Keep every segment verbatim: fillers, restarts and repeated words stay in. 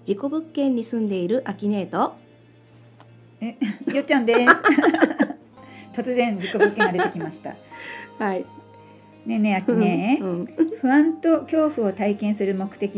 事故物件に住んでいるアキネート。 え、よっちゃんです突然事故物件が出てきましたはい。 ねえねえアキネ、 うんうん、 不安と恐怖を体験する目的って、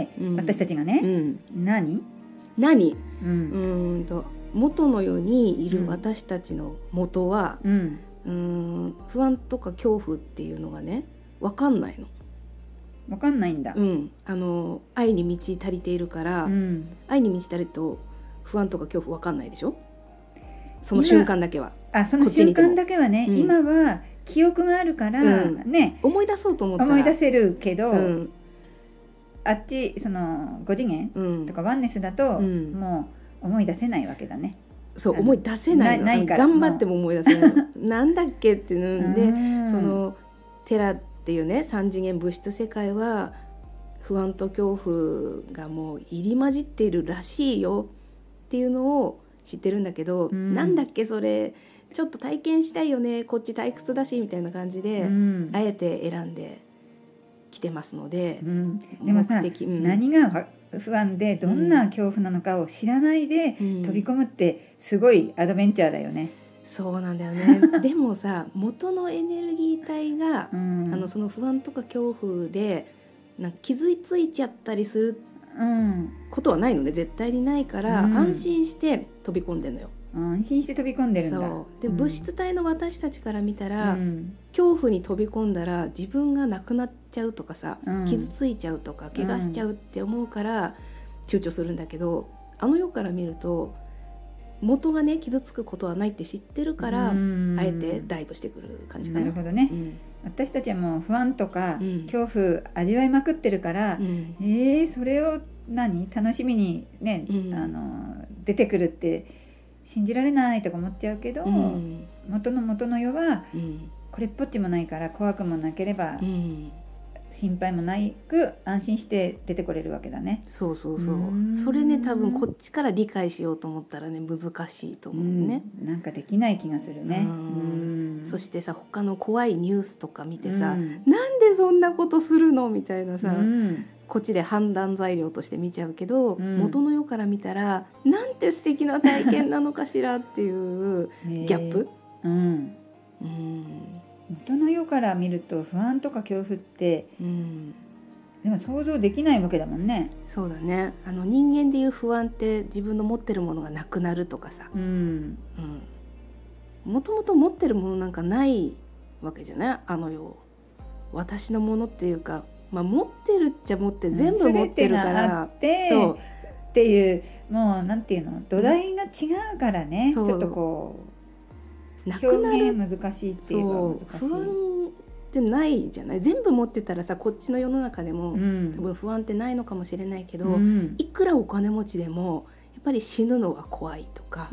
うん、私たちがね、 うん、 何何、 うん、 うーんと元の世にいる私たちの元は、 うん、 うーん不安とか恐怖っていうのがね分かんないの。 分かんないんだ、 うん、あの愛に満ち足りているから、 うん、 愛に満ち足りると不安とか恐怖分かんないでしょ。その瞬間だけは。 あ、その瞬間だけはね、うん、今は記憶があるから、うん、ね、 思い出そうと思ったら思い出せるけど、うん、あっちそのご次元、うん、とかワンネスだと、うん、もう思い出せないわけだね。 そう思い出せないの。なないから頑張っても思い出せないのなんだっけっていうんでそのテラっていうね三次元物質世界は不安と恐怖がもう入り混じっているらしいよっていうのを知ってるんだけど、うん、なんだっけそれちょっと体験したいよねこっち退屈だしみたいな感じで、うん、あえて選んできてますので、 うん、でもさ、うん、何が不安でどんな恐怖なのかを知らないで飛び込むってすごいアドベンチャーだよね、 うん、そうなんだよねでもさ元のエネルギー体が、うん、あのその不安とか恐怖でなんか傷ついちゃったりすることはないので絶対にないから、うん、安心して飛び込んでるのよ。 安心して飛び込んでるんだ。 そうで、うん、物質体の私たちから見たら、うん、恐怖に飛び込んだら自分がなくなっちゃうとかさ、うん、傷ついちゃうとか怪我しちゃうって思うから躊躇するんだけど、あの世から見ると元がね傷つくことはないって知ってるから、あえてダイブしてくる感じかな。 なるほどね、うん、私たちはもう不安とか恐怖味わいまくってるから、うん、えー、それを何楽しみにね、うん、あの出てくるって信じられないとか思っちゃうけど、うん、元の元の世はこれっぽっちもないから怖くもなければ、うん、心配もないく安心して出てこれるわけだね。 そうそうそう、うそれね多分こっちから理解しようと思ったらね難しいと思うね、 うん、なんかできない気がするね。うんうんそしてさ他の怖いニュースとか見てさ、うん、なんでそんなことするのみたいなさ、うんこっちで判断材料として見ちゃうけど、うん、元の世から見たらなんて素敵な体験なのかしらっていうギャップ、 うんうん、元の世から見ると不安とか恐怖って、うん、でも想像できないわけだもんね。 そうだね。あの人間でいう不安って自分の持ってるものがなくなるとかさ、うんうん、もともと持ってるものなんかないわけじゃないあの世。私のものっていうかまあ、持ってるっちゃ持ってる全部持ってるから、 うん、そうっていうもうなんていうの土台が違うからね、ちょっとこうなくなる表現難しいっていうか難しい。 不安ってないじゃない。全部持ってたらさこっちの世の中でも、うん、多分不安ってないのかもしれないけど、うん、いくらお金持ちでもやっぱり死ぬのは怖いとか、うん、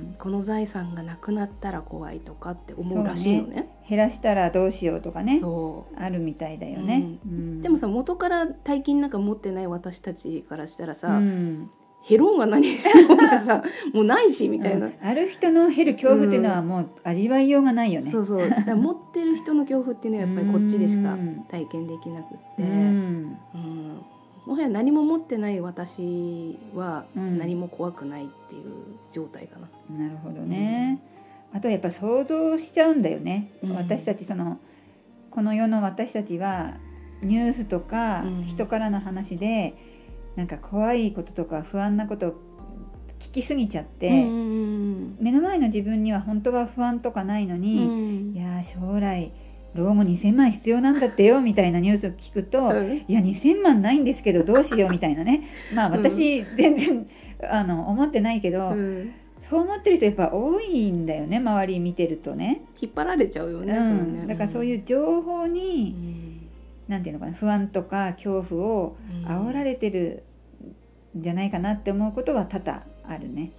この財産がなくなったら怖いとかって思うらしいのね。 減らしたらどうしようとかね、そうあるみたいだよね、 うんうん、でもさ元から大金なんか持ってない私たちからしたらさ、うん、減ろうが何減ろうがさもうないしみたいな、うん、 ある人の減る恐怖っていうのはもう味わいようがないよね、 うん、そうそうだから持ってる人の恐怖っていうのはやっぱりこっちでしか体験できなくって、うんうんもはや何も持ってない私は何も怖くないっていう状態かな、 うん、なるほどね、うん、あとやっぱ想像しちゃうんだよね、うん、私たちそのこの世の私たちはニュースとか人からの話で、うん、なんか怖いこととか不安なことを聞きすぎちゃって、うん、目の前の自分には本当は不安とかないのに、うん、いや将来老後にせんまん必要なんだってよみたいなニュースを聞くと、うん、いやにせんまんないんですけどどうしようみたいなねまあ私、うん、全然あの思ってないけど、うん、そう思ってる人やっぱ多いんだよね周り見てるとね。 引っ張られちゃうよね、うんね、だからそういう情報に、うん、なんていうのかな不安とか恐怖を煽られてるんじゃないかなって思うことは多々あるね、 うん、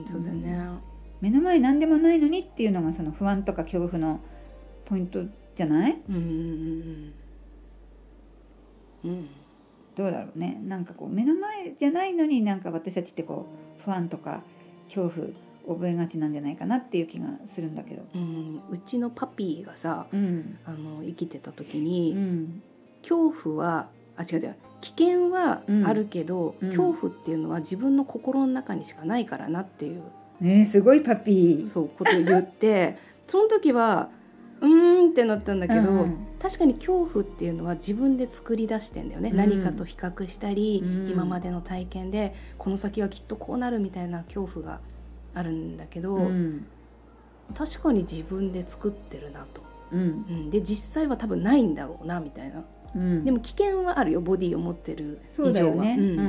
そうだね、うん、 目の前何でもないのにっていうのがその不安とか恐怖のポイントじゃない？うんうんうんうん、どうだろうね。なんかこう目の前じゃないのになんか私たちってこう不安とか恐怖覚えがちなんじゃないかなっていう気がするんだけど、 うん、うちのパピーがさ、うん、あの生きてた時に、うん、恐怖はあ違う違う危険はあるけど、うん、恐怖っていうのは自分の心の中にしかないからなっていう、 ね、すごいパピーそうことを言ってその時はうーんってなったんだけど、うん、確かに恐怖っていうのは自分で作り出してんだよね、うん、何かと比較したり、うん、今までの体験でこの先はきっとこうなるみたいな恐怖があるんだけど、うん、確かに自分で作ってるなと、うんうん、で実際は多分ないんだろうなみたいな、うん、でも危険はあるよボディを持ってる以上は、ねうんうんうん、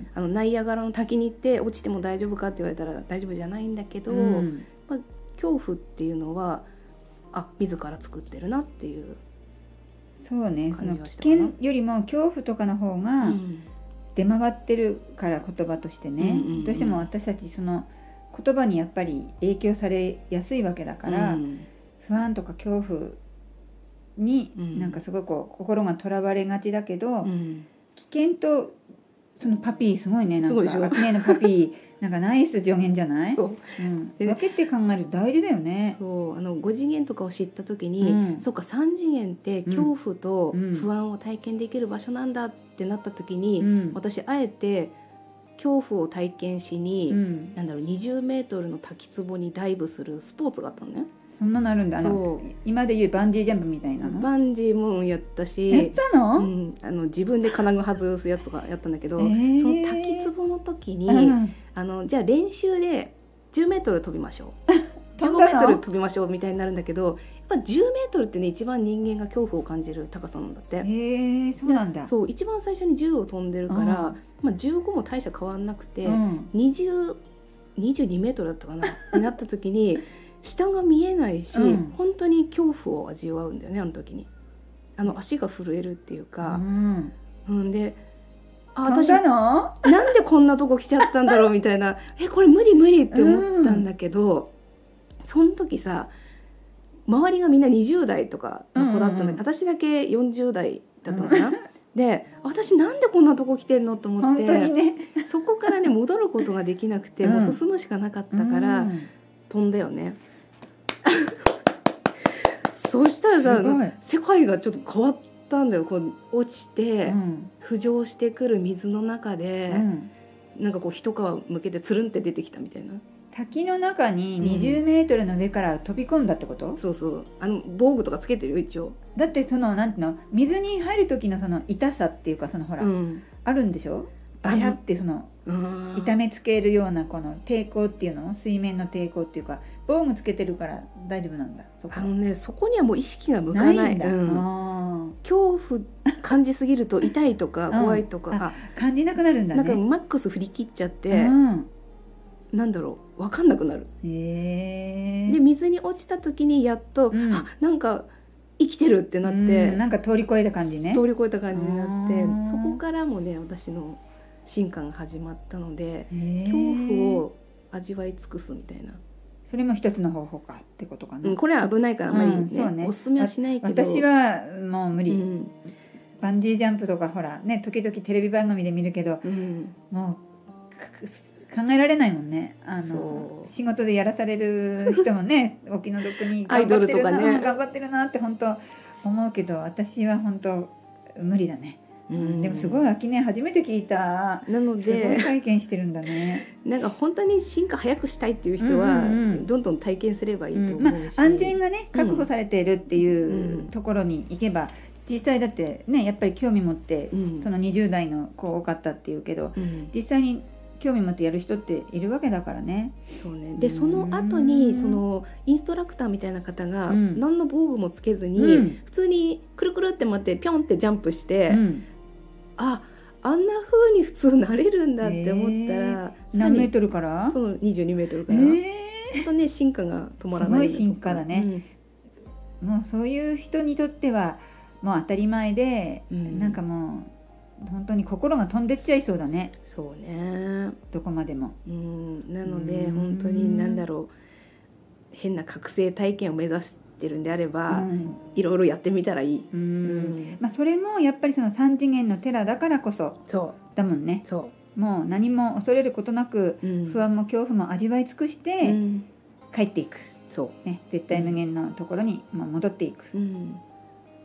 あのナイアガラの滝に行って落ちても大丈夫かって言われたら大丈夫じゃないんだけど、うんまあ、恐怖っていうのはあ自ら作ってるなっていうそうねその危険よりも恐怖とかの方が出回ってるから言葉としてね、うんうんうん、どうしても私たちその言葉にやっぱり影響されやすいわけだから、うん、不安とか恐怖になんかすごくこう心がとらわれがちだけど、うん、危険とそのパピーすごいねなんか秋音のパピーなんかナイス助言じゃないそう、うん、分けて考えると大事だよね。 そうあのご次元とかを知った時に、うん、そうかさん次元って恐怖と不安を体験できる場所なんだってなった時に、うん、私あえて恐怖を体験しに、うん、なんだろうにじゅうメートルの滝壺にダイブするスポーツがあったのね。 そんなのあるんだ。あの今でいうバンジージャンプみたいなの。 バンジーもやったしやったの、 うん、あの自分で金具外すやつがやったんだけど、えー、その滝壺の時に、うん、あのじゃあ練習でじゅうメートル飛びましょうじゅうごメートル飛びましょうみたいになるんだけど、やっぱじゅうメートルってね一番人間が恐怖を感じる高さなんだって。へー、そうなんだ。 そう一番最初にじゅうを飛んでるから、うんまあ、じゅうごも大差変わんなくて、うん、にじゅう、にじゅうにメートルだったかなになった時に下が見えないし、うん、本当に恐怖を味わうんだよね。あの時にあの足が震えるっていうか、うんうん、であ私なんでこんなとこ来ちゃったんだろうみたいなえこれ無理無理って思ったんだけど、うん、その時さ周りがみんなにじゅう代とかの子だったんだけど、うんうんうん、私だけよんじゅう代だったのかな、うん、で私なんでこんなとこ来てんのと思って、 本当にね、 そこからね戻ることができなくて、うん、もう進むしかなかったから、うん、飛んだよねそうしたらさ世界がちょっと変わったんだよ。こう落ちて、うん、浮上してくる水の中で、うん、なんかこう一皮むけてつるんって出てきたみたいな。 滝の中ににじゅうメートルの上から飛び込んだってこと、 うん、そうそうあの防具とかつけてるよ一応。 だってそのなんていうの水に入る時のその痛さっていうかそのほら、うん、あるんでしょ。バシャってその痛めつけるようなこの抵抗っていうの水面の抵抗っていうか防具つけてるから大丈夫なんだ。そこあのねそこにはもう意識が向かない。ないんだ、うん、恐怖感じすぎると痛いとか怖いとか、うん、 あ感じなくなるんだね。 なんかマックス振り切っちゃって、うん、なんだろう分かんなくなる。へー。で水に落ちた時にやっと、うん、あなんか生きてるってなって、 うん、なんか通り越えた感じね。 通り越えた感じになってそこからもね私の進化が始まったので恐怖を味わい尽くすみたいな。 それも一つの方法かってことかな、 うん、これは危ないからあんまり、ねうん、ねおすすめはしないけど私はもう無理、うん、バンジージャンプとかほらね時々テレビ番組で見るけど、うん、もう考えられないもんね。あの仕事でやらされる人もねお気の毒に頑張ってるな、ね、頑張ってるなって本当思うけど私は本当無理だね。うん、でもすごい秋音初めて聞いた。なのですごい体験してるんだね。 なんか本当に進化早くしたいっていう人はどんどん体験すればいいと思うし、うんまあ、安全がね確保されているっていうところに行けば、実際だってねやっぱり興味持って、うん、そのにじゅう代の子多かったっていうけど、うん、実際に興味持ってやる人っているわけだからね。 そうね。でその後にそのインストラクターみたいな方が何の防具もつけずに、うん、普通にくるくるって回ってピョンってジャンプして、うんああんな風に普通なれるんだって思ったら、えー、 何メートルから？ そのにじゅうにメートルから、えー、本当ね進化が止まらない。 すごい進化だね、うん、もうそういう人にとってはもう当たり前で、うん、なんかもう本当に心が飛んでっちゃいそうだね。 そうねどこまでも、 うん、なので本当に何だろう変な覚醒体験を目指してるんであれば、うん、いろいろやってみたらいい、うんうんまあ、それもやっぱりそのさん次元のテラだからこそだもんね。そうもう何も恐れることなく、うん、不安も恐怖も味わい尽くして、うん、帰っていくそう、ね、絶対無限のところに戻っていく、うん、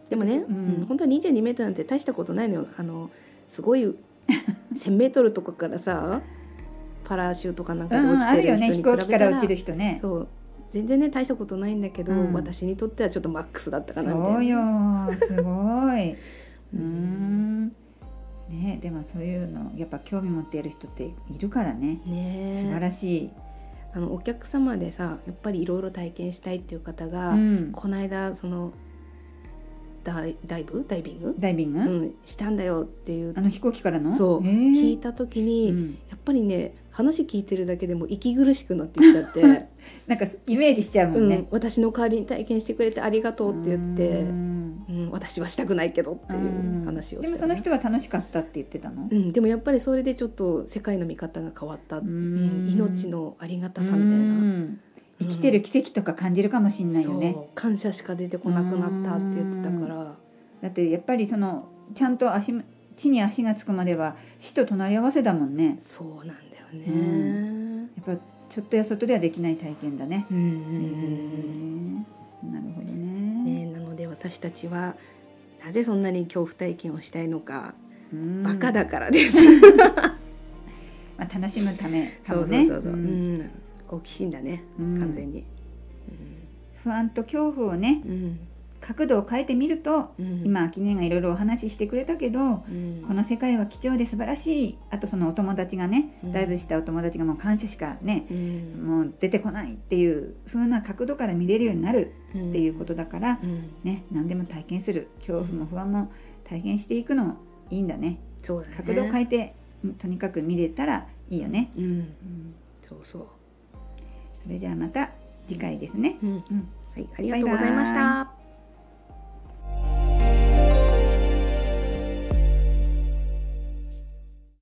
でもね、うん、本当はにじゅうにメートルなんて大したことないのよ。あのすごいせんメートルとかからさパラシュートかなんかで落ちてる人に比べたら、うん、あるよね、飛行機から落ちる人ね。そう全然ね大したことないんだけど、うん、私にとってはちょっとマックスだったかなみたいな。 そうよすごいうんね、でもそういうのやっぱ興味持っている人っているからね。ね、素晴らしい。 あのお客様でさやっぱりいろいろ体験したいっていう方が、うん、この間そのダイ、ダイブダイビングダイビング、 うん、したんだよっていうあの飛行機からのそう聞いた時に、うん、やっぱりね話聞いてるだけでも息苦しくなってきちゃってなんかイメージしちゃうもんね、うん、 私の代わりに体験してくれてありがとうって言って、うんうん、私はしたくないけどっていう話をして、ね、 でもその人は楽しかったって言ってたの、 うん、でもやっぱりそれでちょっと世界の見方が変わった、うん、命のありがたさみたいな、うん、 生きてる奇跡とか感じるかもしれないよね、 そう感謝しか出てこなくなったって言ってたから。 だってやっぱりそのちゃんと足地に足がつくまでは死と隣り合わせだもんね。 そうなんだよね、 うん、やっぱちょっとやそっとではできない体験だね。うんうんうん、なるほど ね, ね。なので私たちはなぜそんなに恐怖体験をしたいのか、うん、バカだからですまあ楽しむためかもね。 そうそうそうそう、うん、好奇心だね、うん、完全に、うん、 不安と恐怖をね、うん角度を変えてみると、うん、今秋音がいろいろお話ししてくれたけど、うん、この世界は貴重で素晴らしい。あとそのお友達がね、うん、ダイブしたお友達がもう感謝しかね、うん、もう出てこないっていう風な角度から見れるようになるっていうことだから、うん、ね、何でも体験する。恐怖も不安も体験していくのもいいんだね。 そうだね、 角度を変えてとにかく見れたらいいよね、 うんうん、そうそう。 それじゃあまた次回ですね、 うんうん、はい、ありがとうございました。バイバイ。